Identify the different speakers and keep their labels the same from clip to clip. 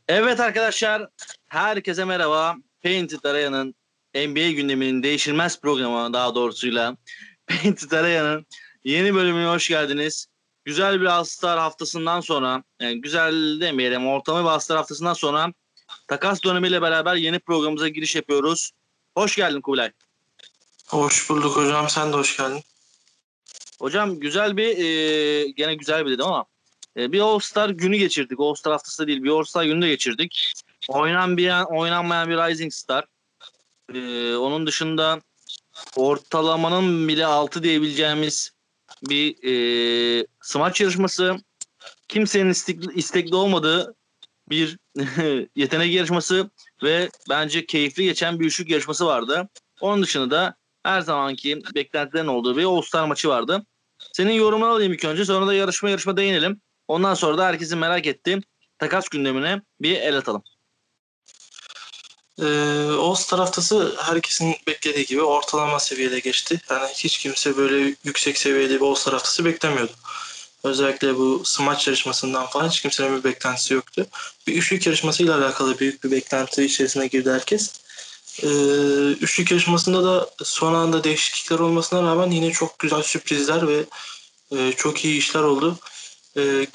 Speaker 1: Evet arkadaşlar, herkese merhaba. Painted Araya'nın NBA gündeminin değişilmez programı daha doğrusuyla Painted Araya'nın yeni bölümüne hoş geldiniz. Güzel bir All-Star haftasından sonra, yani güzel demeyelim, ortalama bir All-Star haftasından sonra takas dönemiyle beraber yeni programımıza giriş yapıyoruz. Hoş geldin Kubilay.
Speaker 2: Hoş bulduk hocam. Sen de hoş geldin.
Speaker 1: Hocam güzel bir, gene güzel bir dedim ama bir All-Star günü geçirdik. All-Star haftası değil, bir All-Star günü de geçirdik. Oynanmayan bir Rising Star. Onun dışında ortalamanın bile altı diyebileceğimiz bir smaç yarışması. Kimsenin istekli olmadığı bir yetenek yarışması ve bence keyifli geçen bir üçlük yarışması vardı. Onun dışında da her zamanki beklentilerin olduğu bir All-Star maçı vardı. Senin yorumunu alayım ilk önce, sonra da yarışma değinelim. Ondan sonra da herkesin merak ettiği takas gündemine bir el atalım.
Speaker 2: All-Star haftası herkesin beklediği gibi ortalama seviyede geçti. Yani hiç kimse böyle yüksek seviyede bir All-Star haftası beklemiyordu. Özellikle bu smaç yarışmasından falan hiç kimsenin bir beklentisi yoktu. Bir üçlük yarışmasıyla alakalı büyük bir beklenti içerisine girdi herkes. Üçlük yarışmasında da son anda değişiklikler olmasına rağmen yine çok güzel sürprizler ve çok iyi işler oldu. E,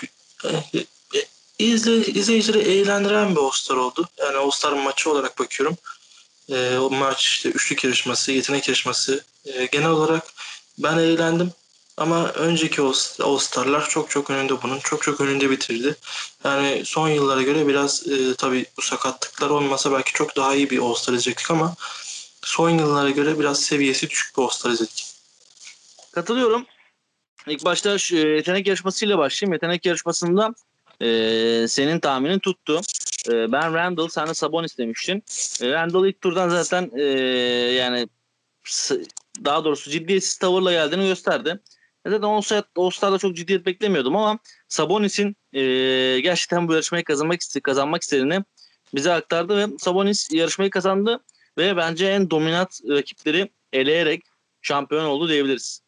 Speaker 2: izleyicileri eğlendiren bir All-Star oldu. Yani All-Star maçı olarak bakıyorum. O maç işte üçlük yarışması, yetenek yarışması. Genel olarak ben eğlendim. Ama önceki All-Star'lar çok önünde bunun. Çok önünde bitirdi. Yani son yıllara göre biraz tabii bu sakatlıklar olmasa belki çok daha iyi bir All-Star izleyecektik ama son yıllara göre biraz seviyesi düşük bir All-Star izledik.
Speaker 1: Katılıyorum. İlk başta şu yetenek yarışmasıyla başlayayım. Yetenek yarışmasında senin tahminin tuttu. Ben Randall, sen de Sabonis demiştin. Randall ilk turdan zaten yani daha doğrusu ciddiyetsiz tavırla geldiğini gösterdi. Zaten All-Star'da çok ciddiyet beklemiyordum ama Sabonis'in gerçekten bu yarışmayı kazanmak istediğini bize aktardı ve Sabonis yarışmayı kazandı ve bence en dominant rakipleri eleyerek şampiyon oldu diyebiliriz.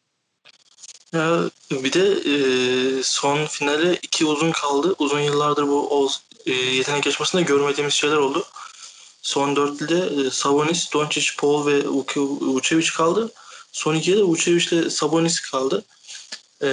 Speaker 2: Ya bir de son finale 2 uzun kaldı. Uzun yıllardır bu yetenek yarışmasında görmediğimiz şeyler oldu. Son dörtlüde Sabonis, Doncic, Paul ve Vucevic kaldı. Son 2'de de Vucevic ile Sabonis kaldı. E,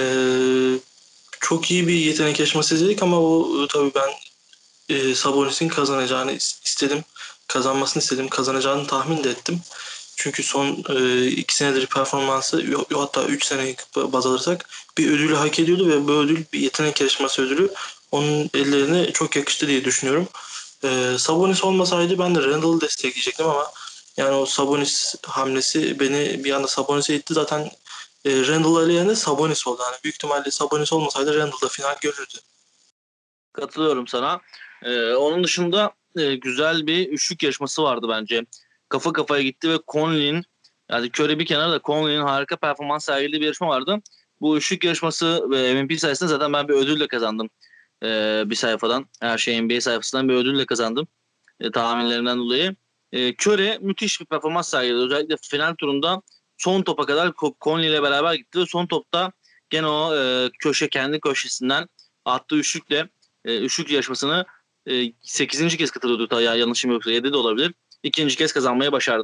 Speaker 2: Çok iyi bir yetenek yarışması izledik ama o tabii ben Sabonis'in kazanacağını istedim. Kazanmasını istedim. Kazanacağını tahmin de ettim. Çünkü son 2 senedir performansı, hatta 3 seneyi baz alırsak bir ödülü hak ediyordu ve bu ödül bir yetenek yarışması ödülü. Onun ellerine çok yakıştı diye düşünüyorum. Sabonis olmasaydı ben de Randall'ı destekleyecektim ama yani o Sabonis hamlesi beni bir anda Sabonis'e itti. Zaten Randall eleyen de Sabonis oldu. Yani büyük ihtimalle Sabonis olmasaydı Randall da final görürdü.
Speaker 1: Katılıyorum sana. Onun dışında güzel bir üçlük yarışması vardı bence. Kafa kafaya gitti ve Conley'nin, yani Curry bir kenara da Conley'nin harika performans sergilediği bir yarışma vardı. Bu üçlük yarışması ve MVP sayesinde zaten ben bir ödülle kazandım. Bir sayfadan. Her şey NBA sayfasından bir ödülle kazandım. Tahminlerimden dolayı. Curry müthiş bir performans sergiledi. Özellikle final turunda son topa kadar Conley ile beraber gitti ve son topta gene o kendi köşesinden attığı üçlükle üçlük yarışmasını 8. kez katılıyordu. Ya, yanlışım yoksa 7 de olabilir. İkinci kez kazanmayı başardı.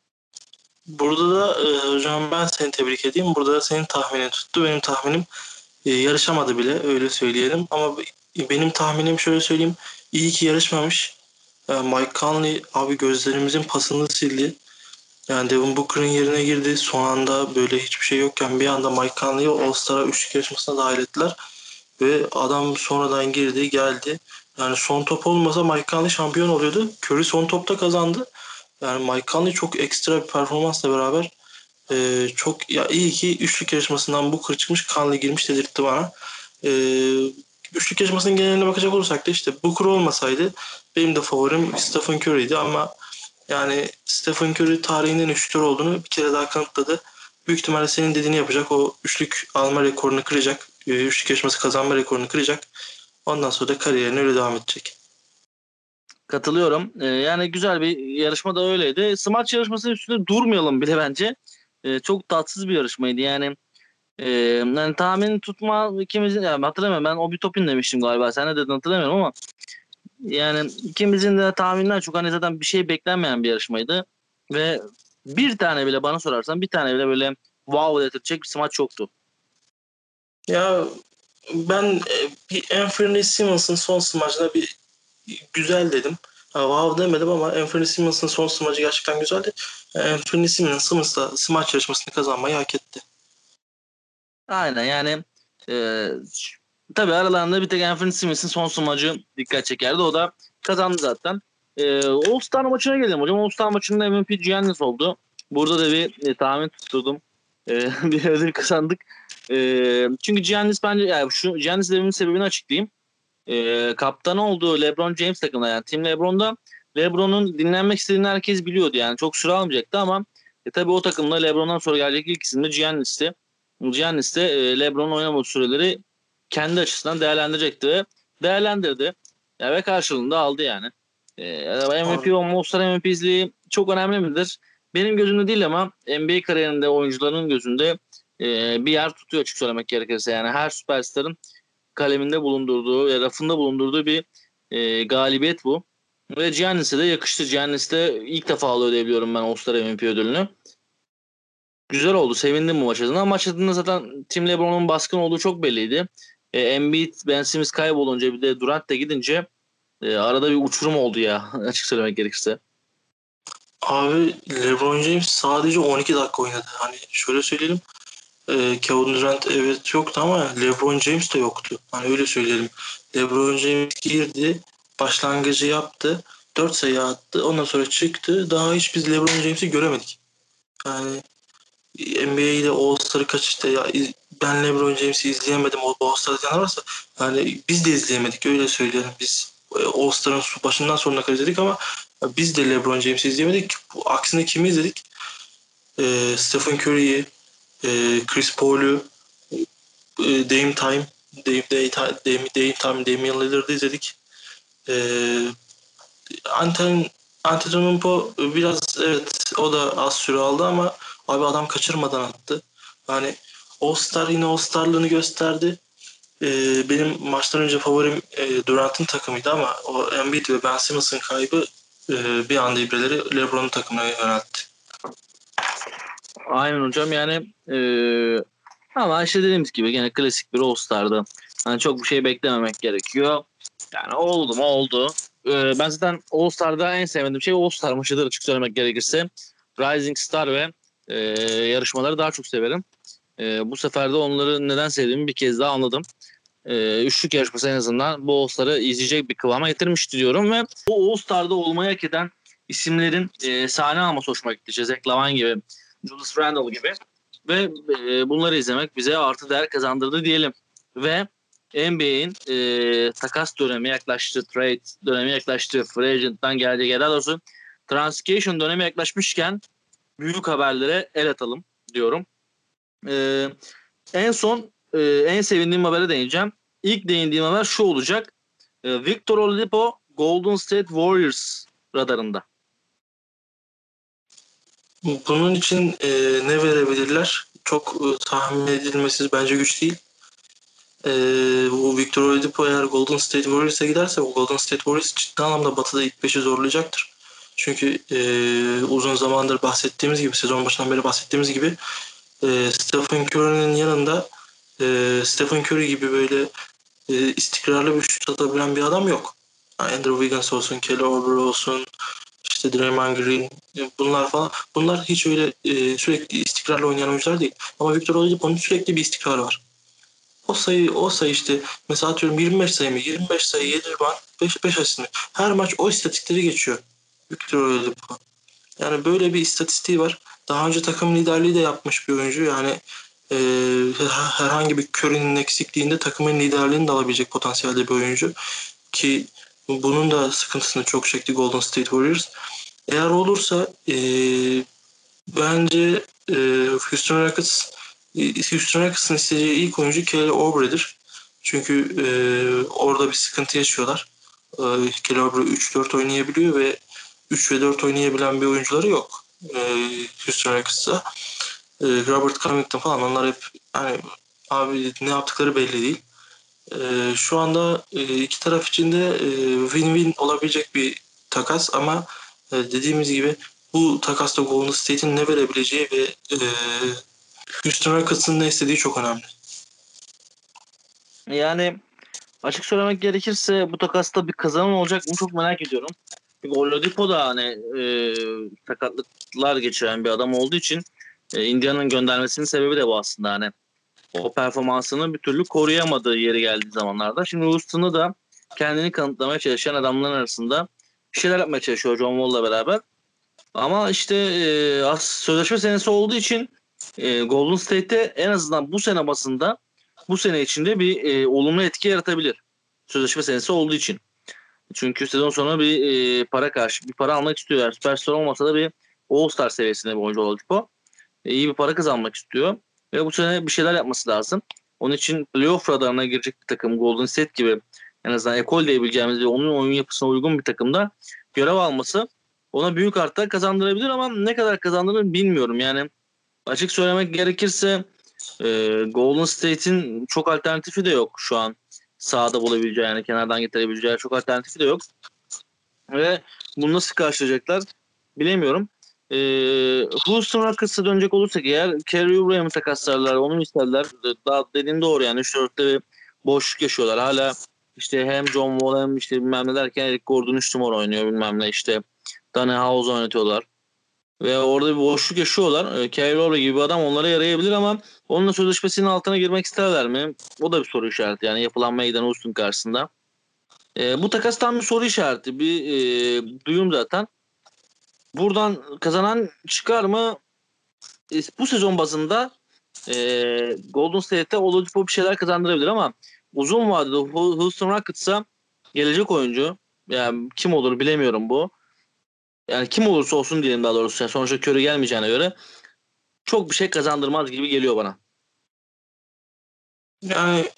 Speaker 2: Burada da hocam ben seni tebrik edeyim. Burada da senin tahminin tuttu. Benim tahminim yarışamadı bile, öyle söyleyelim. Ama benim tahminim şöyle söyleyeyim. İyi ki yarışmamış. Mike Conley abi gözlerimizin pasını sildi. Yani Devin Booker'ın yerine girdi. Son anda böyle hiçbir şey yokken bir anda Mike Conley'i All-Star'a üçlük yarışmasına dahil ettiler. Ve adam sonradan girdi, geldi. Yani son top olmasa Mike Conley şampiyon oluyordu. Curry son topta kazandı. Yani Mike Conley çok ekstra bir performansla beraber çok ya iyi ki üçlük yarışmasından Booker çıkmış, Conley girmiş dedirtti bana. Üçlük yarışmasının geneline bakacak olursak da işte Booker olmasaydı benim de favorim Stephen Curry'ydi ama yani Stephen Curry tarihinin üçlükler olduğunu bir kere daha kanıtladı. Büyük ihtimalle senin dediğini yapacak. O üçlük alma rekorunu kıracak. Üçlük yarışması kazanma rekorunu kıracak. Ondan sonra da kariyerine öyle devam edecek.
Speaker 1: Katılıyorum. Yani güzel bir yarışma da öyleydi. Smaç yarışmasının üstünde durmayalım bile bence. Çok tatsız bir yarışmaydı. Yani tahmin tutma ikimizin, yani hatırlamıyorum, ben Obi Toppin demiştim galiba. Sen ne dedin hatırlamıyorum ama Yani ikimizin de tahmininden çok hani zaten bir şey beklenmeyen bir yarışmaydı. Ve bir tane bile bana sorarsan bir tane bile böyle wow dedirtecek bir smaç yoktu.
Speaker 2: Ya ben bir Anthony Simmons'ın son smaçına bir güzel dedim. Ha, wow demedim ama Anthony Simmons'ın son smacı gerçekten güzeldi. Anthony Simmons da smaç yarışmasını kazanmayı hak etti.
Speaker 1: Aynen yani tabii aralarında bir tek Anthony Simmons'ın son smacı dikkat çekerdi. O da kazandı zaten. All-Star maçına gelelim hocam. All-Star maçında MVP Giannis oldu. Burada da bir tahmin tutturdum. Bir ödül kazandık. Çünkü Giannis bence yani şu Giannis dememin sebebini açıklayayım. Kaptan olduğu LeBron James takımında yani Team LeBron'da LeBron'un dinlenmek istediğini herkes biliyordu yani çok süre almayacaktı ama tabii o takımda LeBron'dan sonra gelecek ilk isim de Giannis'ti. Giannis de LeBron'un oynamadığı süreleri kendi açısından değerlendirecekti ve değerlendirdi. Ya ve karşılığında aldı yani. MVP
Speaker 2: Abi,
Speaker 1: olma, All-Star MVP'liği çok önemli midir? Benim gözümde değil ama NBA kariyerinde oyuncuların gözünde bir yer tutuyor açık söylemek gerekirse. Yani her süperstarın kaleminde bulundurduğu ya rafında bulundurduğu bir galibiyet bu. Ve Giannis'e de yakıştı. Giannis de ilk defa alıyor diye biliyorum ben All-Star MVP ödülünü. Güzel oldu. Sevindim bu maç adına. Maç adına zaten Team LeBron'un baskın olduğu çok belliydi. Embiid, Ben Simmons kaybolunca bir de Durant de gidince arada bir uçurum oldu ya açık söylemek gerekirse.
Speaker 2: abi LeBron James sadece 12 dakika oynadı. Hani şöyle söyleyelim. Kevin Durant evet yoktu ama LeBron James de yoktu. Hani öyle söyleyelim. LeBron James girdi, başlangıcı yaptı, 4 sayı attı, ondan sonra çıktı. Daha hiç biz LeBron James'i göremedik. Yani NBA'de All-Star'ı kaçıştı. Ya, ben LeBron James'i izleyemedim. O All-Star diyenler varsa yani biz de izleyemedik. Öyle söyleyelim. Biz All-Star'ın başından sonuna kadar izledik ama biz de LeBron James'i izleyemedik. Aksine kimi izledik? Stephen Curry'yi, Chris Paul'u, Dame Time, Damian Lillard'ı izledik. E, Antetokounmpo biraz evet o da az süre aldı ama abi adam kaçırmadan attı. Yani All-Star yine All-Star'lığını gösterdi. Benim maçtan önce favorim Durant'ın takımıydı ama o Embiid ve Ben Simmons'ın kaybı bir anda ibreleri LeBron'un takımına yöneltti.
Speaker 1: Aynen hocam yani ama işte dediğimiz gibi gene klasik bir All-Star'dı. Hani çok bir şey beklememek gerekiyor. Yani oldu mu oldu. Ben zaten All-Star'da en sevmediğim şey All-Star maçıdır açık söylemek gerekirse. Rising Star ve yarışmaları daha çok severim. Bu sefer de onları neden sevdiğimi bir kez daha anladım. Üçlük yarışması en azından bu All-Star'ı izleyecek bir kıvama getirmişti diyorum ve bu All-Star'da olmayı hak eden isimlerin sahne alması hoşuma gitti. İşte Zach Lavine gibi, Julius Randle gibi ve bunları izlemek bize artı değer kazandırdı diyelim. Ve NBA'in takas dönemi yaklaştı, trade dönemi yaklaştı, free agent'tan gelecek ya daha doğrusu transcation dönemi yaklaşmışken büyük haberlere el atalım diyorum. E, En son en sevindiğim habere değineceğim. İlk değindiğim haber şu olacak. Victor Oladipo Golden State Warriors radarında.
Speaker 2: Bunun için ne verebilirler? Çok tahmin edilmesi bence güç değil. Bu Victor Oladipo eğer Golden State Warriors'a giderse o Golden State Warriors ciddi anlamda Batı'da ilk 5'i zorlayacaktır. Çünkü uzun zamandır bahsettiğimiz gibi, sezon başından beri bahsettiğimiz gibi Stephen Curry'nin yanında Stephen Curry gibi böyle istikrarlı bir şut atabilen bir adam yok. Yani Andrew Wiggins olsun, Kelly Oubre olsun, işte Draymond Green bunlar falan. Bunlar hiç öyle sürekli istikrarlı oynayan oyuncular değil. Ama Victor Oladipo'nun sürekli bir istikrarı var. O sayı işte mesela atıyorum 25 sayı mı? 25 sayı 7 rebound 5 asist mi? Her maç o istatistikleri geçiyor. Victor Oladipo. Yani böyle bir istatistiği var. Daha önce takım liderliği de yapmış bir oyuncu. Yani e, herhangi bir Curry'nin eksikliğinde takımın liderliğini de alabilecek potansiyelde bir oyuncu. Ki bunun da sıkıntısını çok çekti Golden State Warriors. Eğer olursa bence Houston Rockets'ın isteyeceği ilk oyuncu Kelly Oubre'dir. Çünkü orada bir sıkıntı yaşıyorlar. Kelly Oubre 3-4 oynayabiliyor ve 3 ve 4 oynayabilen bir oyuncuları yok. Houston Rockets'ta. Robert Covington falan onlar hep hani abi ne yaptıkları belli değil. Şu anda iki taraf için de win-win olabilecek bir takas ama dediğimiz gibi bu takasta Golden State'in ne verebileceği ve Houston Rockets'ın ne istediği çok önemli.
Speaker 1: Yani açık söylemek gerekirse bu takasta bir kazanan olacak mı çok merak ediyorum. Çünkü Oladipo da hani sakatlıklar geçiren bir adam olduğu için Indiana'nın göndermesinin sebebi de bu aslında, hani o performansını bir türlü koruyamadığı yeri geldiği zamanlarda. Şimdi Houston'da da kendini kanıtlamaya çalışan adamların arasında bir şeyler yapmaya çalışıyor John Wall'la beraber. Ama işte sözleşme senesi olduğu için Golden State'te en azından bu sene basında bu sene içinde bir olumlu etki yaratabilir. Sözleşme senesi olduğu için. Çünkü sezon sonu bir para almak istiyor. Yani süperstar olmasa da bir All-Star seviyesinde bir oyuncu Oladipo. İyi bir para kazanmak istiyor. Ve bu sene bir şeyler yapması lazım. Onun için playoff radarına girecek bir takım Golden State gibi, en azından ekol diyebileceğimiz ve onun oyun yapısına uygun bir takımda görev alması ona büyük artılar kazandırabilir ama ne kadar kazandırır bilmiyorum. Yani açık söylemek gerekirse Golden State'in çok alternatifi de yok şu an. Sahada bulabileceği, yani kenardan getirebileceği çok alternatifi de yok. Ve bunu nasıl karşılayacaklar bilemiyorum. Houston Rockets'a dönecek olursak eğer, Kelly Oubre'ye mi takaslarlar, onu mu isterler? Daha dediğin doğru, yani 3-4'te bir boşluk yaşıyorlar. Hala işte hem John Wall hem işte bilmem ne derken Eric Gordon 3 numara oynuyor, bilmem ne işte. Danny House oynatıyorlar. Ve orada bir boşluk yaşıyorlar. Kelly Oubre gibi bir adam onlara yarayabilir ama onunla sözleşmesinin altına girmek isterler mi? O da bir soru işareti, yani yapılan meydan Houston karşısında. Bu takas tam bir soru işareti. Bir duyum zaten. Buradan kazanan çıkar mı? Bu sezon bazında Golden State'te Oladipo bir şeyler kazandırabilir ama uzun vadede Houston Rockets'a gelecek oyuncu, yani kim olur bilemiyorum bu. Yani kim olursa olsun diyelim daha doğrusu. Yani sonuçta Curry gelmeyeceğine göre çok bir şey kazandırmaz gibi geliyor bana.
Speaker 2: Yani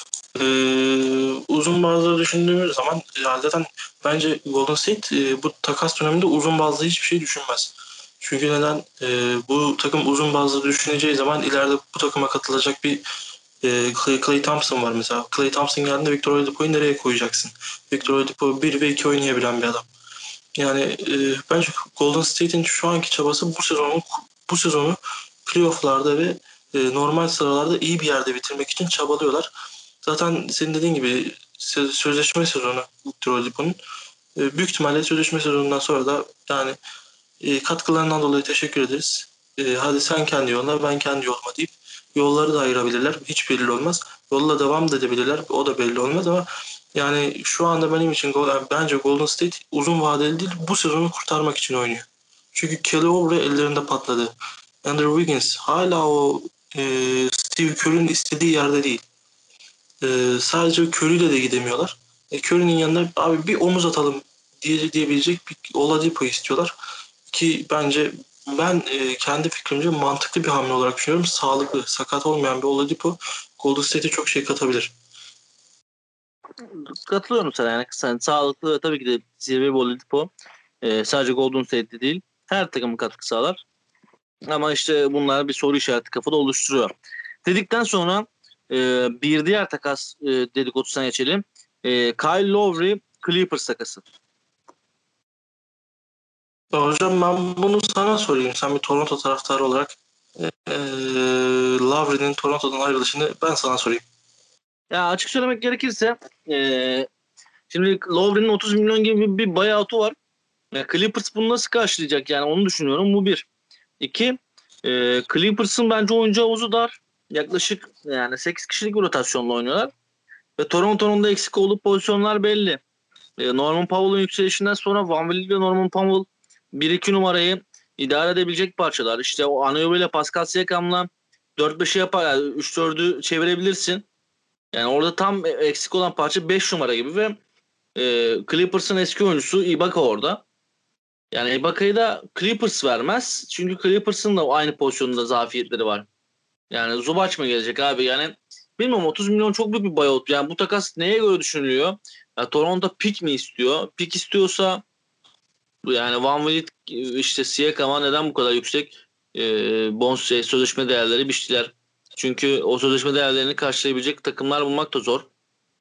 Speaker 2: uzun bazda düşündüğümüz zaman zaten bence Golden State bu takas döneminde uzun bazda hiçbir şey düşünmez. Çünkü neden? Bu takım uzun bazda düşüneceği zaman ileride bu takıma katılacak bir Klay Thompson var mesela. Klay Thompson geldiğinde Victor Oladipo'yu nereye koyacaksın? Victor Oladipo 1 ve 2 oynayabilen bir adam. Yani bence Golden State'in şu anki çabası bu sezonu playoff'larda ve normal sıralarda iyi bir yerde bitirmek için çabalıyorlar. Zaten senin dediğin gibi sözleşme sezonu Victor Oladipo'nun büyük ihtimalle sözleşme sezonundan sonra da yani katkılarından dolayı teşekkür ederiz. Hadi sen kendi yoluna, ben kendi yoluma deyip yolları da ayırabilirler. Hiç belli olmaz. Yolla devam da edebilirler. O da belli olmaz ama yani şu anda benim için bence Golden State uzun vadeli değil, bu sezonu kurtarmak için oynuyor. Çünkü Kelly Oubre ellerinde patladı. Andrew Wiggins hala o Steve Kerr'ün istediği yerde değil. Sadece Curry'yle de gidemiyorlar. Curry'nin yanına abi bir omuz atalım diyebilecek bir Oladipo istiyorlar. Ki bence ben kendi fikrimce mantıklı bir hamle olarak düşünüyorum. Sağlıklı, sakat olmayan bir Oladipo Golden State'e çok şey katabilir.
Speaker 1: Katılıyorum sana, yani sen sağlıklı ve tabii ki de zirve bir Oladipo. Sadece Golden State'de değil, her takımın katkı sağlar. Ama işte bunlar bir soru işareti kafada oluşturuyor. Dedikten sonra bir diğer takas dedikodusuna geçelim. Kyle Lowry Clippers takası.
Speaker 2: Hocam ben bunu sana sorayım. Sen bir Toronto taraftarı olarak e, Lowry'nin Toronto'dan ayrılışını ben sana sorayım.
Speaker 1: Ya açık söylemek gerekirse şimdi Lowry'nin 30 milyon gibi bir buyout'u var. Clippers bunu nasıl karşılayacak, yani onu düşünüyorum. Bu bir. İki, Clippers'ın bence oyuncu havuzu dar. Yaklaşık yani 8 kişilik bir rotasyonla oynuyorlar. Ve Toronto'nun da eksik olduğu pozisyonlar belli. Norman Powell'ın yükselişinden sonra Van Vliet ve Norman Powell 1-2 numarayı idare edebilecek parçalar. İşte o Anunoby ile Pascal Siakam'la 4-5'i yapar. Yani 3-4'ü çevirebilirsin. Yani orada tam eksik olan parça 5 numara gibi ve Clippers'ın eski oyuncusu Ibaka orada. Yani Ibaka'yı da Clippers vermez. Çünkü Clippers'ın da aynı pozisyonda zafiyetleri var. Yani Zubac mı gelecek abi? Yani bilmiyorum, 30 milyon çok büyük bir buyout. Yani bu takas neye göre düşünülüyor? Ya Toronto pick mi istiyor? Pick istiyorsa yani Van Vliet işte Siakam'a neden bu kadar yüksek sözleşme değerleri biçtiler? Çünkü o sözleşme değerlerini karşılayabilecek takımlar bulmak da zor.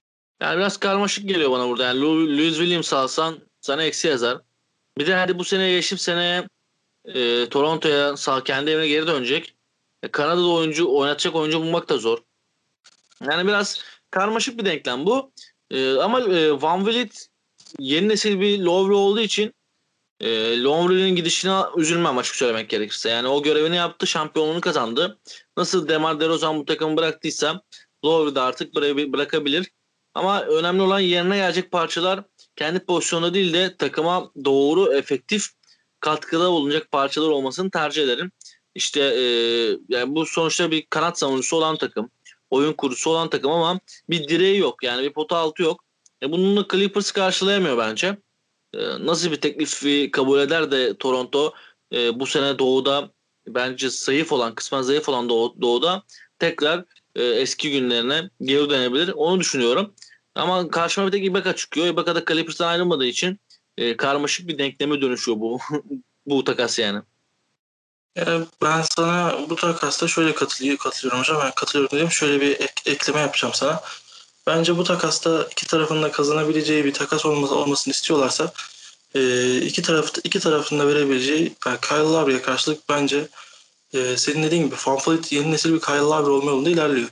Speaker 1: Yani biraz karmaşık geliyor bana burada. Yani Louis Williams alsan sana eksi yazar. Bir de hadi bu sene geçip seneye Toronto'ya kendi evine geri dönecek. Kanada'da oynatacak oyuncu bulmak da zor. Yani biraz karmaşık bir denklem bu. Ama Van Vliet yeni nesil bir Lowry olduğu için Lowry'nin gidişine üzülmem açık söylemek gerekirse. Yani o görevini yaptı, şampiyonluğunu kazandı. Nasıl DeMar DeRozan bu takımı bıraktıysa Lowry de artık bırakabilir. Ama önemli olan yerine gelecek parçalar kendi pozisyonunda değil de takıma doğru efektif katkıda bulunacak parçalar olmasını tercih ederim. İşte yani bu sonuçta bir kanat savunucusu olan takım, oyun kurucusu olan takım ama bir direği yok. Yani bir pota altı yok. Bunun Clippers karşılayamıyor bence. Nasıl bir teklifi kabul eder de Toronto bu sene Doğu'da bence kısmen zayıf olan Doğu'da tekrar eski günlerine geri dönebilir. Onu düşünüyorum. Ama karşıma bir tek Ibaka çıkıyor. Ibaka da Clippers'tan ayrılmadığı için karmaşık bir denkleme dönüşüyor bu bu takas yani.
Speaker 2: Ben sana bu takasta şöyle katılıyorum hocam. Ben katılıyorum dedim. Şöyle bir ekleme yapacağım sana. Bence bu takasta iki tarafın da kazanabileceği bir takas olmasını istiyorlarsa iki tarafın da verebileceği yani Kyle Lowry'e karşılık bence senin dediğin gibi VanVleet yeni nesil bir Kyle Lowry olma yolunda ilerliyor.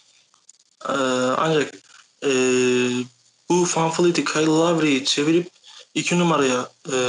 Speaker 2: Ancak e, bu VanVleet'i Kyle Lowry'yi çevirip 2 numaraya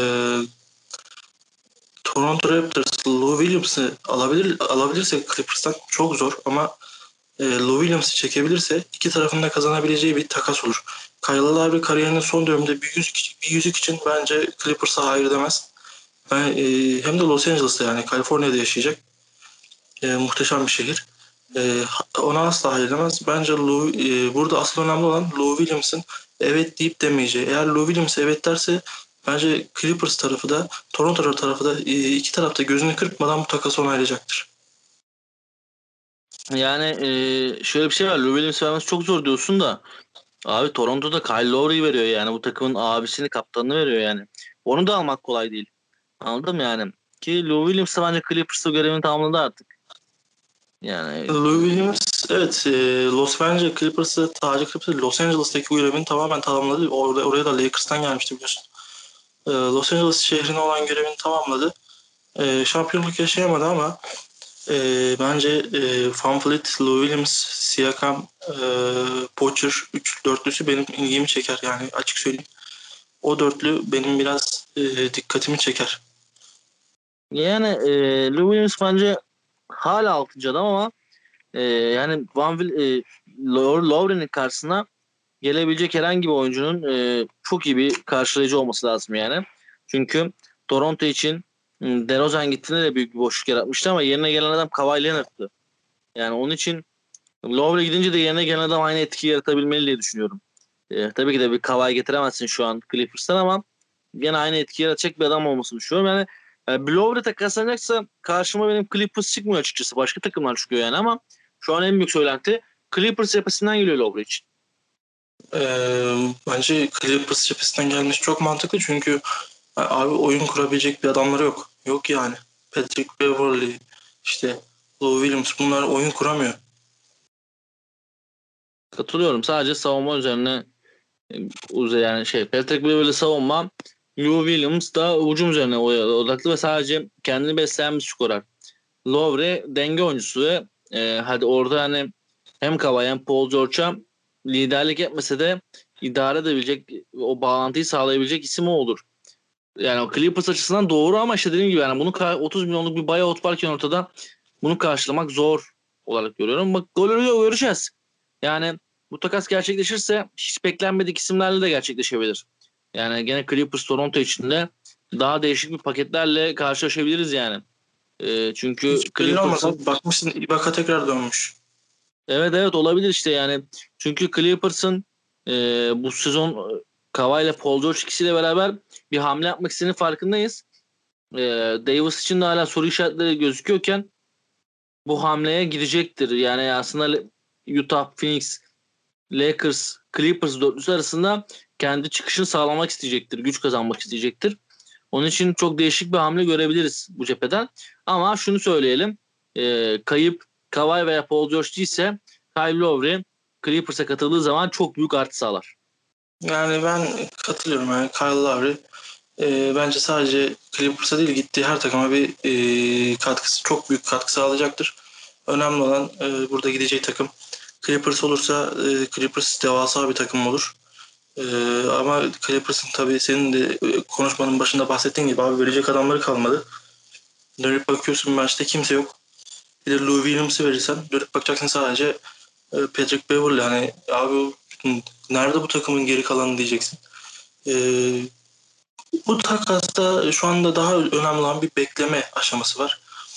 Speaker 2: Toronto Raptors Lou Williams'ı alabilirse Clippers'tan çok zor ama Lou Williams'ı çekebilirse iki tarafın da kazanabileceği bir takas olur. Kyle Lowry kariyerinin son döneminde bir yüzük için bence Clippers'a hayır demez. Hem de Los Angeles'ta yani Kaliforniya'da yaşayacak. Muhteşem bir şehir. Ona asla hayır demez. Bence burada asıl önemli olan Lou Williams'ın evet deyip demeyeceği. Eğer Lou Williams evet derse bence Clippers tarafı da Toronto tarafı da iki tarafta gözünü kırpmadan bu takası onaylayacaktır.
Speaker 1: Yani şöyle bir şey var. Lou Williams vermesi çok zor diyorsun da abi Toronto'da Kyle Lowry veriyor yani. Bu takımın abisini, kaptanını veriyor yani. Onu da almak kolay değil. Anladın mı yani? Ki Lou Williams da bence Clippers'ta görevini tamamladı artık. Yani
Speaker 2: Lou Williams evet bence Clippers'ı Los Angeles'taki görevini tamamen tamamladı. Oraya da Lakers'tan gelmişti biliyorsun. Los Angeles şehrine olan görevini tamamladı. Şampiyonluk yaşayamadı ama bence VanVleet, Lou Williams, Siakam, Pocher dörtlüsü benim ilgimi çeker yani açık söyleyeyim. O dörtlü benim biraz dikkatimi çeker.
Speaker 1: yani Lou Williams bence hala 6. adam ama yani Lowry'nin karşısına gelebilecek herhangi bir oyuncunun çok iyi bir karşılayıcı olması lazım yani. Çünkü Toronto için DeRozan gittiğinde de büyük bir boşluk yaratmıştı ama yerine gelen adam Kawhi Leonard'tı. Yani onun için Lowry gidince de yerine gelen adam aynı etkiyi yaratabilmeli diye düşünüyorum. Tabii ki de bir Kawhi getiremezsin şu an Clippers'tan ama yine aynı etkiyi yaratacak bir adam olmasını düşünüyorum. Yani bir Lowry takaslanacaksa karşıma benim Clippers çıkmıyor açıkçası. Başka takımlar çıkıyor yani ama şu an en büyük söylenti Clippers yapısından geliyor Lowry için.
Speaker 2: Bence Clippers cephesinden gelmesi çok mantıklı çünkü abi oyun kurabilecek bir adamları yok. Yok yani. Patrick Beverley, işte Lou Williams bunlar oyun kuramıyor.
Speaker 1: Katılıyorum. Sadece savunma üzerine yani Patrick Beverley savunma, Lou Williams da hücum üzerine odaklı ve sadece kendini besleyen bir skorer. Lowry denge oyuncusu ve hadi orada hani hem Kawhi hem Paul George'a liderlik etmese de idare edebilecek, o bağlantıyı sağlayabilecek isim o olur. Yani o Clippers açısından doğru ama işte dediğim gibi yani bunu 30 milyonluk bir buyout varken ortada bunu karşılamak zor olarak görüyorum. Bak göreceğiz. Yani bu takas gerçekleşirse hiç beklenmedik isimlerle de gerçekleşebilir. Yani gene Clippers Toronto içinde daha değişik bir paketlerle karşılaşabiliriz yani. Çünkü
Speaker 2: Hiç belli olmaz
Speaker 1: Clippers'ın
Speaker 2: abi. Bakmışsın Ibaka tekrar dönmüş.
Speaker 1: evet olabilir işte yani. Çünkü Clippers'ın bu sezon Kawhi ile Paul George ikisiyle beraber bir hamle yapmak istediğinin farkındayız. Davis için de hala soru işaretleri gözüküyorken bu hamleye gidecektir. Yani aslında Utah, Phoenix, Lakers, Clippers dörtlüsü arasında kendi çıkışını sağlamak isteyecektir. Güç kazanmak isteyecektir. Onun için çok değişik bir hamle görebiliriz bu cepheden. Ama şunu söyleyelim. Kayıp Kawhi veya Paul George değilse Kyle Lowry Clippers'a katıldığı zaman çok büyük artı sağlar.
Speaker 2: Yani ben katılıyorum. Yani Kyle Lowry bence sadece Clippers'a değil gittiği her takıma bir katkısı, çok büyük katkı sağlayacaktır. Önemli olan burada gideceği takım Clippers olursa Clippers devasa bir takım olur. Ama Clippers'ın tabii senin de konuşmanın başında bahsettiğin gibi abi verecek adamları kalmadı. Dönüp bakıyorsun maçta kimse yok. Bir de Lou Williams'ı verirsen dönüp bakacaksın sadece Patrick Beverley. Hani abi nerede bu takımın geri kalanı diyeceksin. E, Bu takasta şu anda daha önemli olan bir bekleme aşaması var.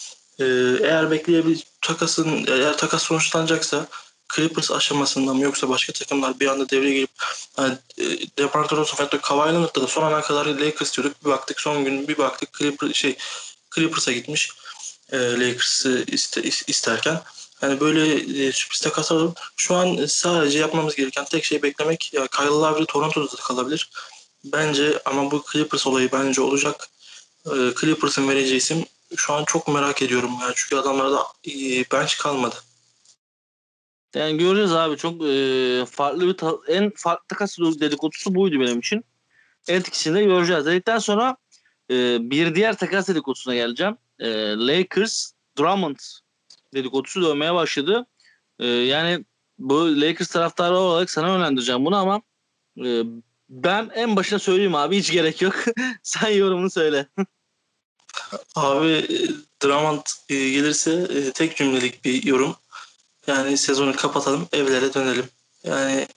Speaker 2: Eğer takas sonuçlanacaksa Clippers aşamasında mı yoksa başka takımlar bir anda devreye girip yani, Departure of Kawhi Leonard'da da son ana kadar Lakers diyorduk. Bir baktık son gün bir baktık Clippers'a gitmiş Lakers'ı isterken. Yani böyle sürpriz takaslar olur. Şu an sadece yapmamız gereken tek şey beklemek. Ya Kyle Lowry Toronto'da da kalabilir. Bence ama bu Clippers olayı bence olacak. Clippers'ın vereceği isim şu an çok merak ediyorum. Yani çünkü adamlarda bench kalmadı.
Speaker 1: Yani göreceğiz abi. Çok farklı en farklı takas dedikodusu buydu benim için. Etkisini de göreceğiz. Dedikten sonra bir diğer takas dedikodusuna geleceğim. Lakers Drummond dedikodusu dönmeye başladı. Yani bu Lakers taraftarı olarak sana yönlendireceğim bunu ama e, ben en başına söyleyeyim abi, hiç gerek yok. Sen yorumunu söyle.
Speaker 2: Abi Drummond gelirse tek cümlelik bir yorum. Yani sezonu kapatalım, evlere dönelim. Yani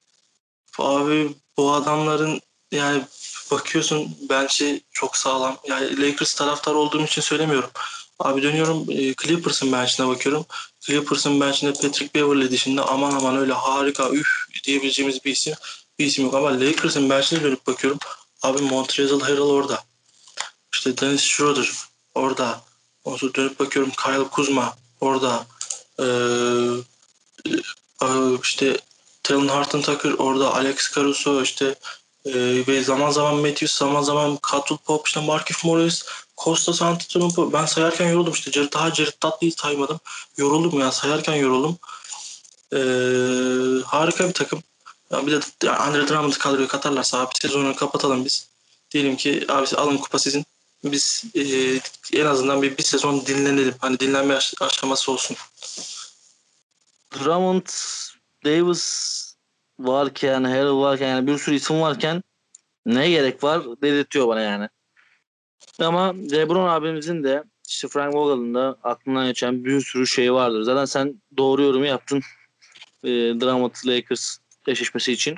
Speaker 2: abi bu adamların yani bakıyorsun bence çok sağlam. Yani Lakers taraftar olduğum için söylemiyorum. Abi dönüyorum Clippers'ın bench'ine bakıyorum. Clippers'ın bench'inde Patrick Beverley dışında aman aman öyle harika üf diyebileceğimiz bir isim yok. Ama Lakers'ın bench'ine dönüp bakıyorum. Abi Montrezl Harrell orada. İşte Dennis Schroeder orada. Ondan sonra dönüp bakıyorum Kyle Kuzma orada. Ee, işte Talon Horton Tucker orada. Alex Caruso işte ve zaman zaman Matthews, zaman zaman Caldwell Pope, işte Markieff Morris, Kostas Antetokounmpo. Ben sayarken yoruldum işte. Jared Dudley'i saymadım. Yoruldum ya. Sayarken yoruldum. Harika bir takım. Ya bir de yani Andre Drummond'ı kadroya katarlarsa abi sezonu kapatalım biz. Diyelim ki abi alın kupa sizin. Biz en azından bir sezon dinlenelim. Hani dinlenme aşaması olsun.
Speaker 1: Drummond, Davis varken, Harrell varken, yani bir sürü isim varken ne gerek var dedirtiyor bana yani. Ama LeBron abimizin de işte Frank Vogel'ın da aklından geçen bir sürü şey vardır. Zaten sen doğru yorumu yaptın Drummond Lakers eşleşmesi için.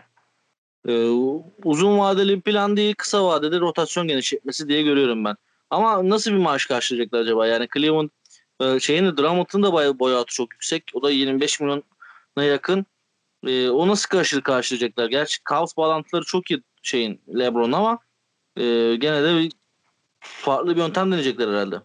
Speaker 1: Uzun vadeli bir plan değil, kısa vadede rotasyon genişletmesi diye görüyorum ben. Ama nasıl bir maaş karşılayacaklar acaba? Yani Cleveland Drummond'un da boyatı çok yüksek. O da 25 milyona yakın. O nasıl karşılayacaklar? Gerçi kaos bağlantıları çok iyi LeBron ama gene de farklı bir yöntem deneyecekler herhalde.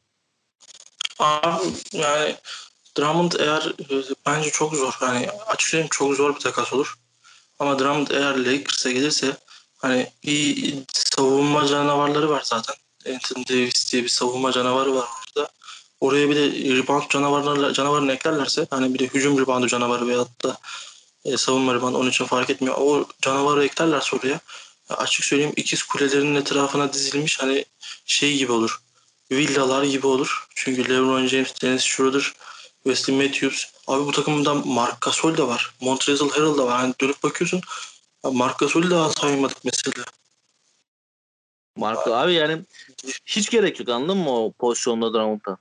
Speaker 2: Abi yani Drummond eğer bence çok zor. Hani açık söyleyeyim çok zor bir takas olur. Ama Drummond eğer Lakers'a gelirse hani iyi savunma canavarları var zaten. Anthony Davis diye bir savunma canavarı var orada. Oraya bir de rebound canavarını eklerlerse hani bir de hücum reboundu canavarı veyahut da savunma reboundu onun için fark etmiyor. O canavarı eklerlerse oraya açık söyleyeyim ikiz kulelerinin etrafına dizilmiş hani şey gibi olur. Villalar gibi olur. Çünkü LeBron James, Dennis Schroeder, Wesley Matthews. Abi bu takımda Marc Gasol da var. Montrezl Harrell da var. Hani dönüp bakıyorsun Marc Gasol'ü daha saymadık mesela.
Speaker 1: Marka abi yani hiç gerek yok, anladın mı o pozisyonda Drummond'a?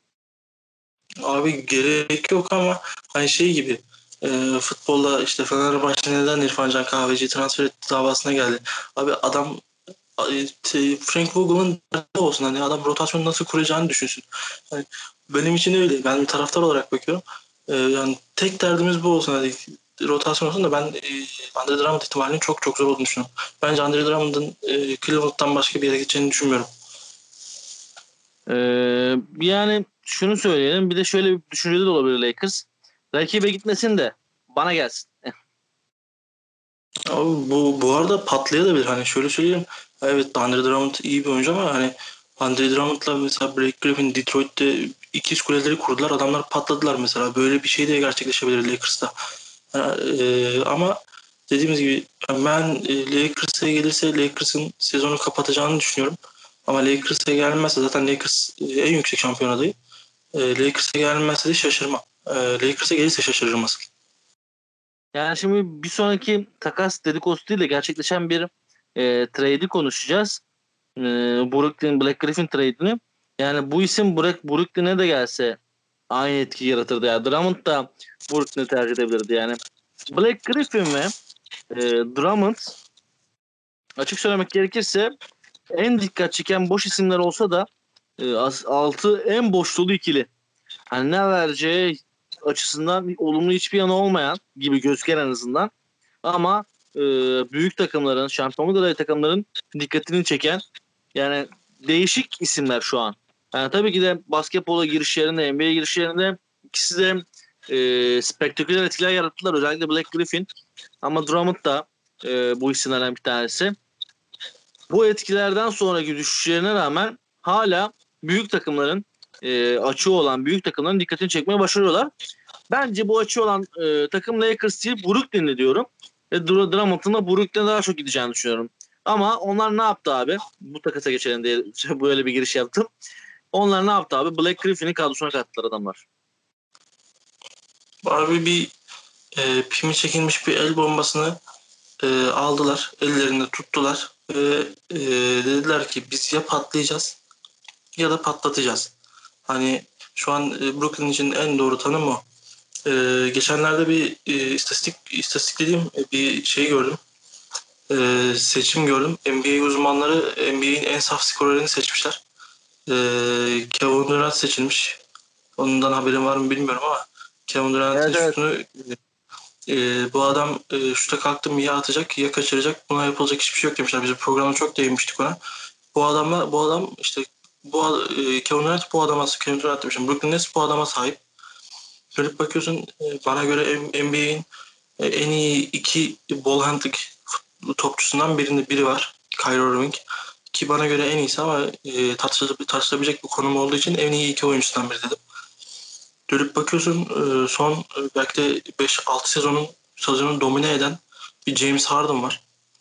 Speaker 2: Abi gerek yok ama hani şey gibi futbolda işte Fenerbahçe neden İrfan Can Kahveci'yi transfer etti davasına geldi. Abi adam Frank Vogel'ın derdi olsun hani adam rotasyonu nasıl kuracağını düşünsün. Hani benim için öyle. Ben bir taraftar olarak bakıyorum. Yani tek derdimiz bu olsun. Hadi rotasyon olsun da ben Andre Drummond ihtimalinin çok çok zor olduğunu düşünüyorum. Bence Andre Drummond'ın Cleveland'dan başka bir yere gideceğini düşünmüyorum.
Speaker 1: Yani şunu söyleyelim. Bir de şöyle bir düşüncede de olabilir Lakers. Rakibe gitmesin de bana gelsin.
Speaker 2: Abi bu arada patlayabilir. Hani şöyle söyleyeyim. Evet Andre Drummond iyi bir oyuncu ama hani Andre Drummond'la mesela Blake Griffin Detroit'te ikiz kuleleri kurdular. Adamlar patladılar mesela. Böyle bir şey de gerçekleşebilir Lakers'ta. Ama dediğimiz gibi ben Lakers'a gelirse Lakers'ın sezonu kapatacağını düşünüyorum. Ama Lakers'a gelmezse zaten Lakers en yüksek şampiyon adayı. Lakers'a gelmezse de şaşırmam. Lakers'a gelirse şaşırırım asıl.
Speaker 1: Yani şimdi bir sonraki takas dedikodusu değil de gerçekleşen bir trade'i konuşacağız. Brooklyn Black Griffin trade'ini. Yani bu isim Brooklyn'e de gelse aynı etki yaratırdı. Yani Drummond da Brooklyn'i tercih edebilirdi yani. Black Griffin ve Drummond, açık söylemek gerekirse, en dikkat çeken boş isimler olsa da altı en boş dolu ikili. Hani ne vereceği açısından olumlu hiçbir yanı olmayan gibi gözüken en azından. Ama büyük takımların, şampiyonluk adayı takımların dikkatini çeken, yani değişik isimler şu an. Yani tabii ki de basketbola girişlerinde, NBA girişlerinde ikisi de spektaküler etkiler yarattılar. Özellikle Black Griffin, ama Drummond da bu isimlerden bir tanesi. Bu etkilerden sonraki düşüşlerine rağmen hala büyük takımların açığı olan büyük takımların dikkatini çekmeye başarıyorlar. Bence bu açığı olan takım Lakers değil, Brooklyn'li diyorum. Ve Drummond'un da Brooklyn'e daha çok gideceğini düşünüyorum. Ama onlar ne yaptı abi? Bu takasa geçelim diye böyle bir giriş yaptım. Onlar ne yaptı abi? Black Griffin'i kadrosuna kattılar adamlar.
Speaker 2: Abi bir pimi çekilmiş bir el bombasını aldılar. Ellerinde tuttular. Dediler ki biz ya patlayacağız ya da patlatacağız. Hani şu an Brooklyn için en doğru tanım o. Geçenlerde bir istatistik dediğim bir şey gördüm. Seçim gördüm. NBA uzmanları NBA'in en saf skorerini seçmişler. Kevin Durant seçilmiş. Ondan haberin var mı bilmiyorum ama Kevin Durant'ın
Speaker 1: Evet, evet.
Speaker 2: şutunu bu adam şuta kalktı mı ya atacak ya kaçıracak. Buna yapılacak hiçbir şey yok demişler. Biz programda çok değinmiştik ona. Bu adam işte Kevin Durant bu adama Kevin Durant demişim. Brooklyn Nets bu adama sahip. Dönüp bakıyorsun bana göre NBA'in en iyi iki ball handling topçusundan biri var. Kyrie Irving. Ki bana göre en iyisi ama tartışılabilecek bir konum olduğu için en iyi iki oyuncusundan biri dedim. Dönüp bakıyorsun son belki de 5-6 sezonu domine eden bir James Harden var.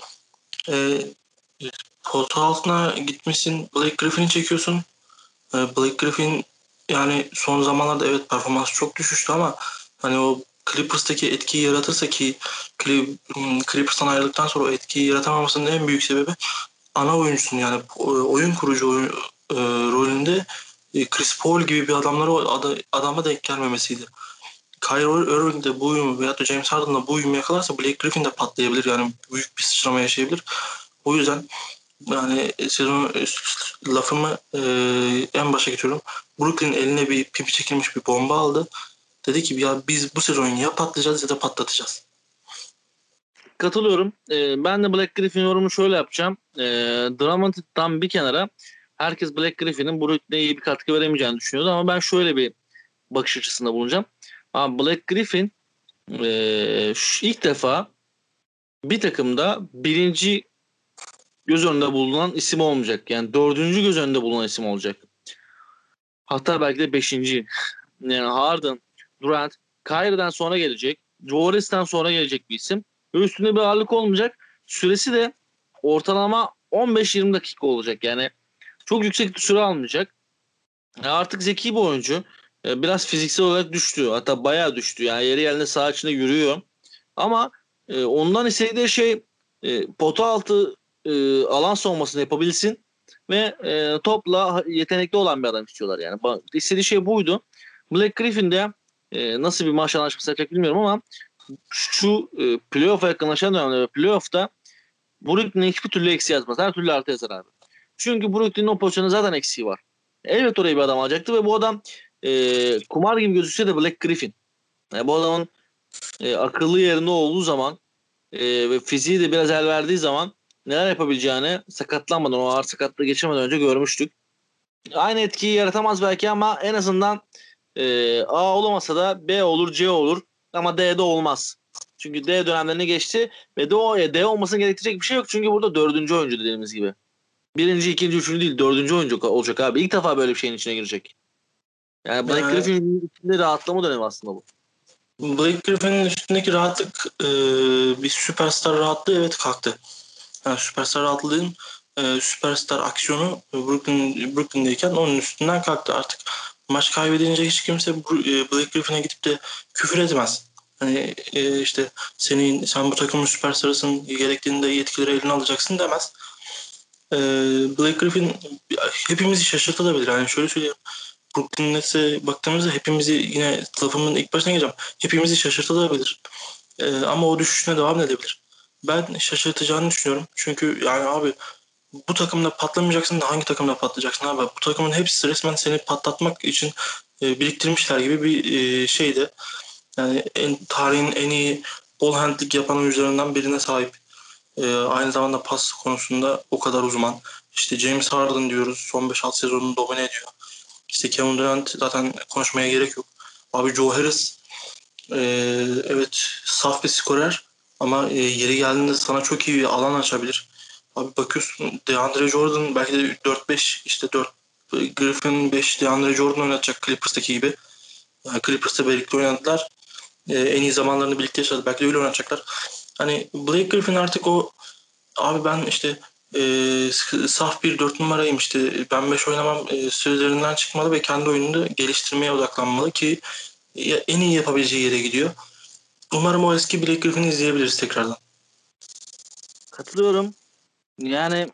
Speaker 2: E, Pota altına gitmişsin. Blake Griffin'i çekiyorsun. Blake Griffin yani son zamanlarda evet performans çok düşüştü ama hani o Clippers'taki etkiyi yaratırsa ki Clippers'tan ayrıldıktan sonra o etkiyi yaratamamasının en büyük sebebi ana oyuncusun yani oyun kurucu rolünde Chris Paul gibi bir adama denk gelmemesiydi. Kyrie Irving de bu uyumu veyahut da James Harden'la bu uyumu yakalarsa Blake Griffin de patlayabilir yani büyük bir sıçrama yaşayabilir. O yüzden yani sezon lafımı en başa getiriyorum. Brooklyn eline bir pipi çekilmiş bir bomba aldı. Dedi ki ya biz bu sezon ya patlayacağız ya da patlatacağız.
Speaker 1: Katılıyorum. Ben de Black Griffin yorumunu şöyle yapacağım. Drummond'dan bir kenara, herkes Black Griffin'in Brooklyn'e iyi bir katkı veremeyeceğini düşünüyordu ama ben şöyle bir bakış açısında bulunacağım. Ama Black Griffin ilk defa bir takımda birinci göz önünde bulunan isim olmayacak. Yani dördüncü göz önünde bulunan isim olacak. Hatta belki de beşinci. Yani Harden, Durant, Kyrie'den sonra gelecek. Joe sonra gelecek bir isim. Ve üstünde bir ağırlık olmayacak. Süresi de ortalama 15-20 dakika olacak. Yani çok yüksek bir süre almayacak. Artık zeki bir oyuncu. Biraz fiziksel olarak düştü. Hatta bayağı düştü. Yani yeri geldiğinde saha içinde yürüyor. Ama ondan istediği şey pota altı alan savunmasını yapabilsin ve topla yetenekli olan bir adam istiyorlar yani. İstediği şey buydu. Black Griffin de nasıl bir maaş anlaşması yapacak bilmiyorum ama şu playoff'a yakınlaşan dönemde ve playoff'ta Brooklyn'e hiçbir türlü eksi yazmaz. Her türlü artı yazar abi. Çünkü Brooklyn'in o pozisyonda zaten eksiği var. Evet, oraya bir adam alacaktı ve bu adam kumar gibi gözükse de Black Griffin. Yani bu adamın akıllı yerinde olduğu zaman ve fiziği de biraz el verdiği zaman neler yapabileceğini sakatlanmadan, o ağır sakatlığı geçirmeden önce görmüştük. Aynı etkiyi yaratamaz belki ama en azından A olamasa da B olur, C olur ama D'de olmaz. Çünkü D dönemlerini geçti ve D olmasını gerektirecek bir şey yok. Çünkü burada dördüncü oyuncu dediğimiz gibi. Birinci, ikinci, üçüncü değil, dördüncü oyuncu olacak abi. İlk defa böyle bir şeyin içine girecek. Yani Black
Speaker 2: Yani
Speaker 1: Griffin'in içinde rahatlama dönemi aslında bu.
Speaker 2: Blake Griffin'in üstündeki rahatlık bir süperstar rahatlığı evet kalktı. Yani süperstar rahatlığın süperstar aksiyonu Brooklyn'deyken onun üstünden kalktı artık. Maç kaybedince hiç kimse Blake Griffin'e gidip de küfür etmez. Hani işte sen bu takımın süperstarısın, gerektiğinde yetkileri eline alacaksın demez. E, Blake Griffin hepimizi şaşırtabilir. Yani şöyle söyleyeyim. Brooklyn Nets'e baktığımızda hepimizi yine lafımın ilk başına geleceğim. Hepimizi şaşırtabilir. Ama o düşüşüne devam edebilir. Ben şaşırtacağını düşünüyorum. Çünkü yani abi bu takımda patlamayacaksın da hangi takımda patlayacaksın abi? Bu takımın hepsi resmen seni patlatmak için biriktirmişler gibi bir şeydi. Yani tarihin en iyi ball handling yapan oyuncularından birine sahip. Aynı zamanda pas konusunda o kadar uzman. İşte James Harden diyoruz. Son 5-6 sezonunu domine ediyor. İşte Kevin Durant zaten konuşmaya gerek yok. Abi Joe Harris evet saf bir skorer ama yeri geldiğinde sana çok iyi bir alan açabilir. Abi bakıyorsun DeAndre Jordan belki de 4-5 işte 4 Griffin 5 DeAndre Jordan oynatacak Clippers'taki gibi. Yani Clippers'ta birlikte oynadılar. En iyi zamanlarını birlikte yaşadı. Belki de öyle oynatacaklar. Hani Blake Griffin artık o abi ben işte saf bir 4 numarayım işte ben 5 oynamam sözlerinden çıkmalı ve kendi oyununu geliştirmeye odaklanmalı ki en iyi yapabileceği yere gidiyor. Umarım o eski Blake Griffin'i izleyebiliriz tekrardan.
Speaker 1: Katılıyorum. Yani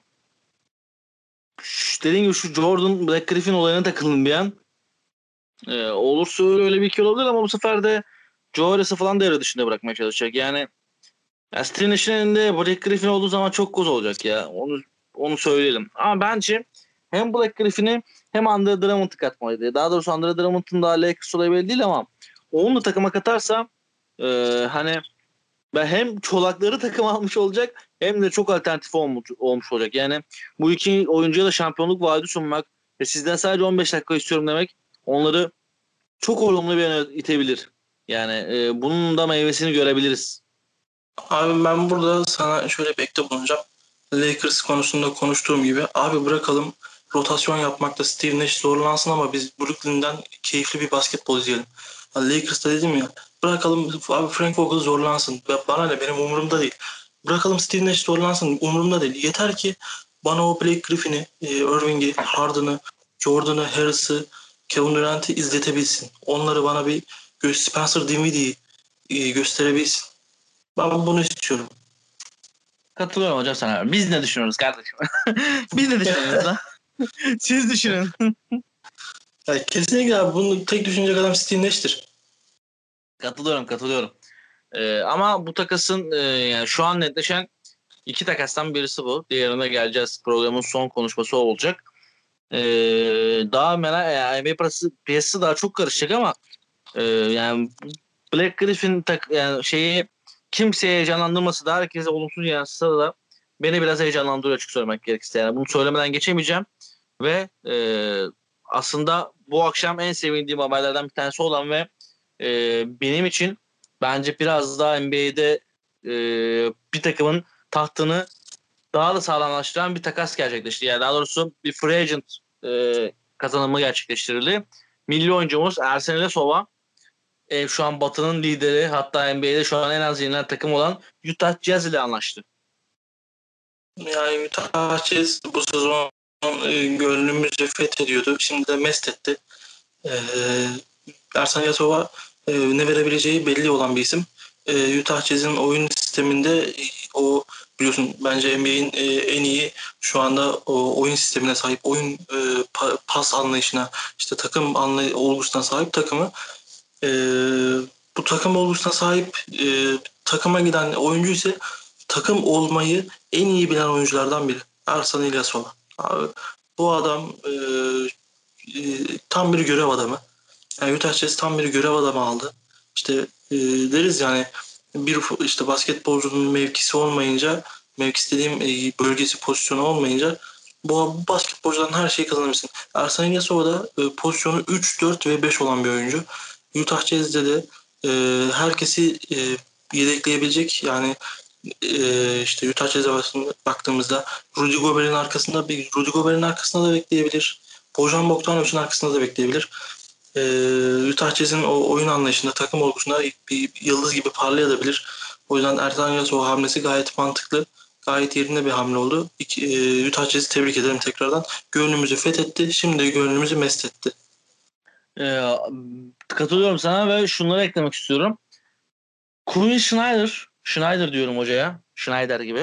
Speaker 1: dediğim gibi şu Jordan Black Griffin olayına takılın bir an. Olursa öyle bir iki olabilir ama bu sefer de Joe Harris'i falan devre dışında bırakmaya çalışacak. Yani Steve'in işin elinde Black Griffin olduğu zaman çok koz olacak ya. Onu söyleyelim. Ama bence hem Black Griffin'i hem Andre Drummond'u katmalıydı. Daha doğrusu Andre Drummond'un daha Lakers olayı belli değil ama onu da takıma katarsa e, hani ben hem çolakları takım almış olacak hem de çok alternatif olmuş olacak. Yani bu iki oyuncuya da şampiyonluk vaadi sunmak ve sizden sadece 15 dakika istiyorum demek onları çok olumlu bir yöne itebilir. Yani bunun da meyvesini görebiliriz.
Speaker 2: Abi ben burada sana şöyle bir ekte bulunacağım. Lakers konusunda konuştuğum gibi abi bırakalım rotasyon yapmakta Steve Nash zorlansın ama biz Brooklyn'den keyifli bir basketbol izleyelim. Hani Lakers'ta dedim ya bırakalım abi Frank Vogel zorlansın. Bana ne benim umurumda değil. Bırakalım Steve Nash zorlansın umurumda değil. Yeter ki bana o Blake Griffin'i, Irving'i, Harden'ı, Jordan'ı, Harris'ı, Kevin Durant'i izletebilsin. Onları bana bir Spencer Dinwiddie'yi gösterebilsin. Ben bunu istiyorum.
Speaker 1: Katılıyorum hocam sana. Biz ne düşünüyoruz kardeşim? Biz ne düşünüyoruz lan? Siz düşünün.
Speaker 2: Ya kesinlikle abi bunu tek düşünecek adam Steve Nash'tir.
Speaker 1: Katılıyorum. Ama bu takasın yani şu an netleşen iki takastan birisi bu. Diğerine geleceğiz. Programın son konuşması o olacak. Ee, daha yani NBA piyasası daha çok karışacak ama yani Black Griffin yani şeyi kimseye heyecanlandırması da herkese olumsuz yansısa da beni biraz heyecanlandırıyor açık söylemek gerekirse. Yani bunu söylemeden geçemeyeceğim ve aslında bu akşam en sevindiğim haberlerden bir tanesi olan ve benim için bence biraz daha NBA'de bir takımın tahtını daha da sağlamlaştıran bir takas gerçekleşti. Yani daha doğrusu bir free agent kazanımı gerçekleştirildi. Milli oyuncumuz Ersen İlyasova şu an Batı'nın lideri hatta NBA'de şu an en az yenilen takım olan Utah Jazz ile anlaştı.
Speaker 2: Yani Utah Jazz bu sezon gönlümüzce fethediyordu. Şimdi de mest etti. E, Ersan Yatova ne verebileceği belli olan bir isim. Utah Jazz'in oyun sisteminde o biliyorsun bence NBA'in en iyi şu anda o oyun sistemine sahip oyun pas anlayışına işte takım olgusuna sahip takımı e, bu takım olgusuna sahip takıma giden oyuncu ise takım olmayı en iyi bilen oyunculardan biri. Ersan İlyasova. Abi, bu adam tam bir görev adamı. Yani Utah Jazz tam bir görev adamı aldı. İşte deriz yani bir işte basketbolcunun mevkisi olmayınca mevkisi dediğim bölgesi pozisyonu olmayınca bu basketbolcudan her şeyi kazanabilirsin. Ersan İlyasova da pozisyonu 3, 4 ve 5 olan bir oyuncu. Utah Jazz'de de herkesi yedekleyebilecek yani işte Utah Jazz'e baktığımızda Rudy Gobert'in arkasında da bekleyebilir. Bojan Bogdanovic'in arkasında da bekleyebilir. Utah Jazz'in o oyun anlayışında, takım olgusunda bir yıldız gibi parlayabilir. O yüzden Ersan Ilyasova hamlesi gayet mantıklı. Gayet yerinde bir hamle oldu. Utah Jazz'i tebrik ederim tekrardan. Gönlümüzü fethetti. Şimdi de gönlümüzü mest etti.
Speaker 1: Katılıyorum sana ve şunları eklemek istiyorum. Quinn Schneider diyorum hocaya. Schneider gibi.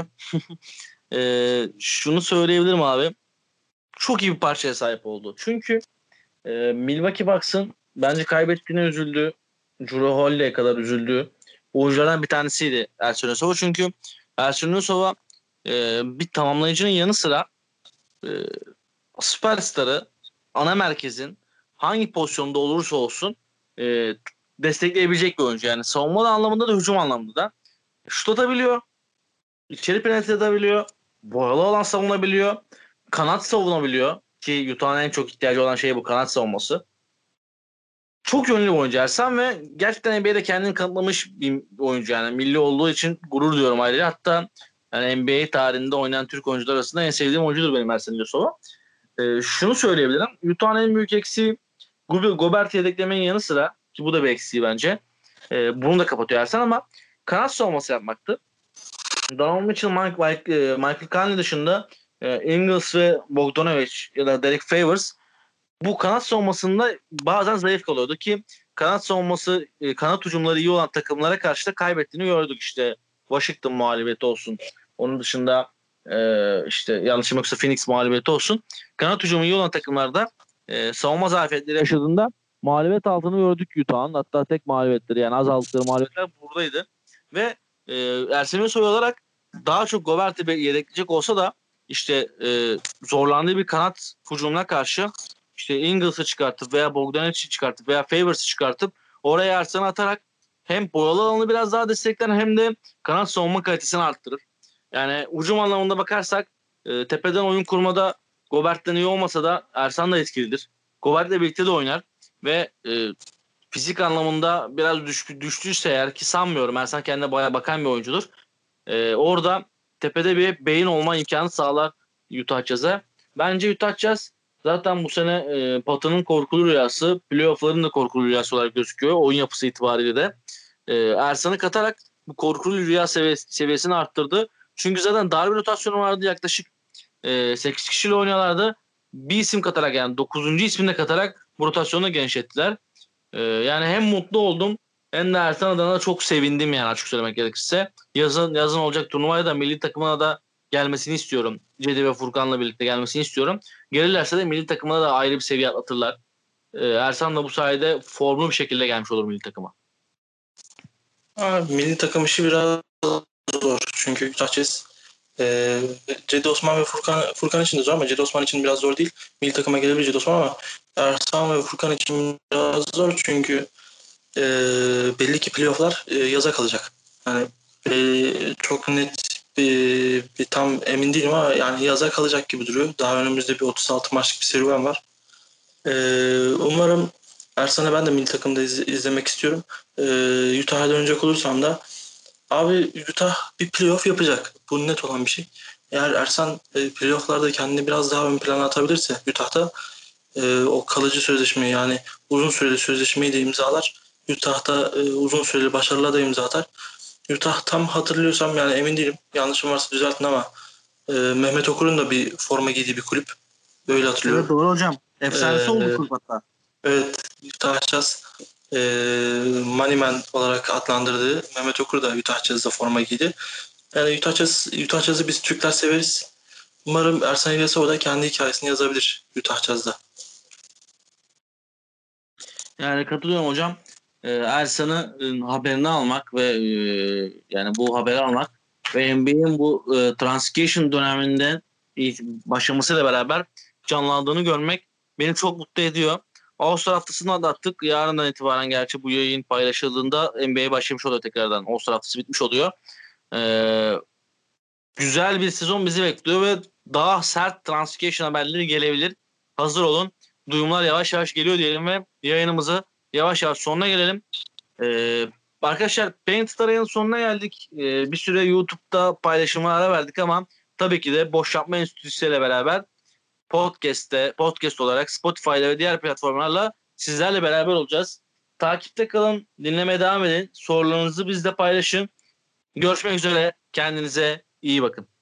Speaker 1: Şunu söyleyebilirim abi. Çok iyi bir parçaya sahip oldu. Çünkü Milwaukee Bucks'ın bence kaybettiğine üzüldü. Jrue Holiday'e kadar üzüldü. Oyunculardan bir tanesiydi Ersun Ilyasova. Çünkü Ersun Ilyasova bir tamamlayıcının yanı sıra e, süperstarı, ana merkezin hangi pozisyonda olursa olsun e, destekleyebilecek bir oyuncu. Yani savunma anlamında da hücum anlamında da. Şut atabiliyor. İçeri penetre edebiliyor. Boyalı alan savunabiliyor. Kanat savunabiliyor. Ki Utah'ın en çok ihtiyacı olan şey bu, kanat savunması. Çok yönlü bir oyuncu Ersan ve gerçekten NBA'de kendini kanıtlamış bir oyuncu yani. Milli olduğu için gurur duyuyorum ayrıca. Hatta yani NBA tarihinde oynayan Türk oyuncular arasında en sevdiğim oyuncudur benim Ersan İlyasova. Şunu söyleyebilirim. Utah'ın en büyük eksiği Gobert'i yedeklemenin yanı sıra, ki bu da bir eksiği bence. Bunu da kapatıyor Ersan ama kanat savunması yapmaktı. Donovan Mitchell, Michael Conley dışında Ingles ve Bogdanovic ya da Derek Favors bu kanat savunmasında bazen zayıf kalıyordu ki kanat savunması, kanat hücumları iyi olan takımlara karşı da kaybettiğini gördük. İşte Washington mağlubiyeti olsun. Onun dışında işte yanlışım yoksa Phoenix mağlubiyeti olsun. Kanat hücumu iyi olan takımlarda savunma zafiyetleri yaşadığında mağlubiyet altını gördük Utah'ın. Hatta tek mağlubiyetleri, yani azalttıkları mağlubiyetler buradaydı. Ve Ersen Ünsoy olarak daha çok Gobert'i yedekleyecek olsa da işte zorlandığı bir kanat hücumuna karşı işte Ingles'ı çıkartıp veya Bogdanovic'i çıkartıp veya Favors'ı çıkartıp oraya Ersan'ı atarak hem boyalı alanı biraz daha destekler hem de kanat savunma kalitesini arttırır. Yani hücum anlamında bakarsak tepeden oyun kurmada Gobert'ten iyi olmasa da Ersan da etkilidir. Gobert'le birlikte de oynar ve fizik anlamında biraz düştüyse eğer, ki sanmıyorum, Ersan kendine bayağı bakan bir oyuncudur. Orada tepede bir beyin olma imkanı sağlar Utah Jazz'a. Bence Utah Jazz zaten bu sene Batı'nın korkulu rüyası, playoff'ların da korkulu rüyası olarak gözüküyor. Oyun yapısı itibariyle de. Ersan'ı katarak bu korkulu rüya seviyesini arttırdı. Çünkü zaten dar bir rotasyonu vardı. Yaklaşık 8 kişiyle oynuyorlardı. Bir isim katarak, yani 9. ismini de katarak bu rotasyonu genişlettiler. Yani hem mutlu oldum hem de Ertan adına çok sevindim, yani açık söylemek gerekirse. Yazın olacak turnuvaya da milli takımına da gelmesini istiyorum. Cedi ve Furkan'la birlikte gelmesini istiyorum. Gelirlerse de milli takımına da ayrı bir seviye atlatırlar. Ersan da bu sayede formlu bir şekilde gelmiş olur milli takıma.
Speaker 2: Milli takım işi biraz zor. Çünkü Utah Jazz Cedi Osman ve Furkan için de zor ama Cedi Osman için biraz zor değil. Milli takıma gelebilir Cedi Osman ama Ersan ve Furkan için biraz zor çünkü belli ki playofflar yaza kalacak. Yani çok net bir tam emin değilim ama yani yaza kalacak gibi duruyor. Daha önümüzde bir 36 maçlık bir serüven var. Umarım Ersan'ı ben de milli takımda izlemek istiyorum. Utah'a dönecek olursam da abi Utah bir playoff yapacak. Bu net olan bir şey. Eğer Ersan playofflarda kendini biraz daha ön plana atabilirse Utah'ta o kalıcı sözleşmeyi, yani uzun süreli sözleşmeyi de imzalar. Utah'ta uzun süreli başarılar da imza atar. Utah, tam hatırlıyorsam, yani emin değilim, yanlışım varsa düzeltin ama Mehmet Okur'un da bir forma giydiği bir kulüp. Böyle hatırlıyorum.
Speaker 1: Evet, doğru hocam. Efsanesi oldu kulüp hatta.
Speaker 2: Evet, Utah Jazz Moneyman olarak adlandırdığı Mehmet Okur da Utah Jazz'da forma giydi. Yani Utah Jazz'ı biz Türkler severiz. Umarım Ersan İlyasova da kendi hikayesini yazabilir Utah Jazz'da.
Speaker 1: Yani katılıyorum hocam. Ersan'ı haberini almak ve yani bu haberi almak ve NBA'in bu transition döneminde başlamasıyla beraber canlandığını görmek beni çok mutlu ediyor. All-Star haftasını da attık. Yarından itibaren, gerçi bu yayın paylaşıldığında NBA başlamış oluyor tekrardan. All-Star haftası bitmiş oluyor. Güzel bir sezon bizi bekliyor ve daha sert transition haberleri gelebilir. Hazır olun. Duyumlar yavaş yavaş geliyor diyelim ve yayınımızı yavaş yavaş sonuna gelelim. Arkadaşlar, Painted Aray'ın sonuna geldik. Bir süre YouTube'da paylaşıma ara verdik ama tabii ki de Boş Yapma Enstitüsü ile beraber podcast olarak Spotify'da ve diğer platformlarla sizlerle beraber olacağız. Takipte kalın, dinlemeye devam edin. Sorularınızı bizle paylaşın. Görüşmek üzere. Kendinize iyi bakın.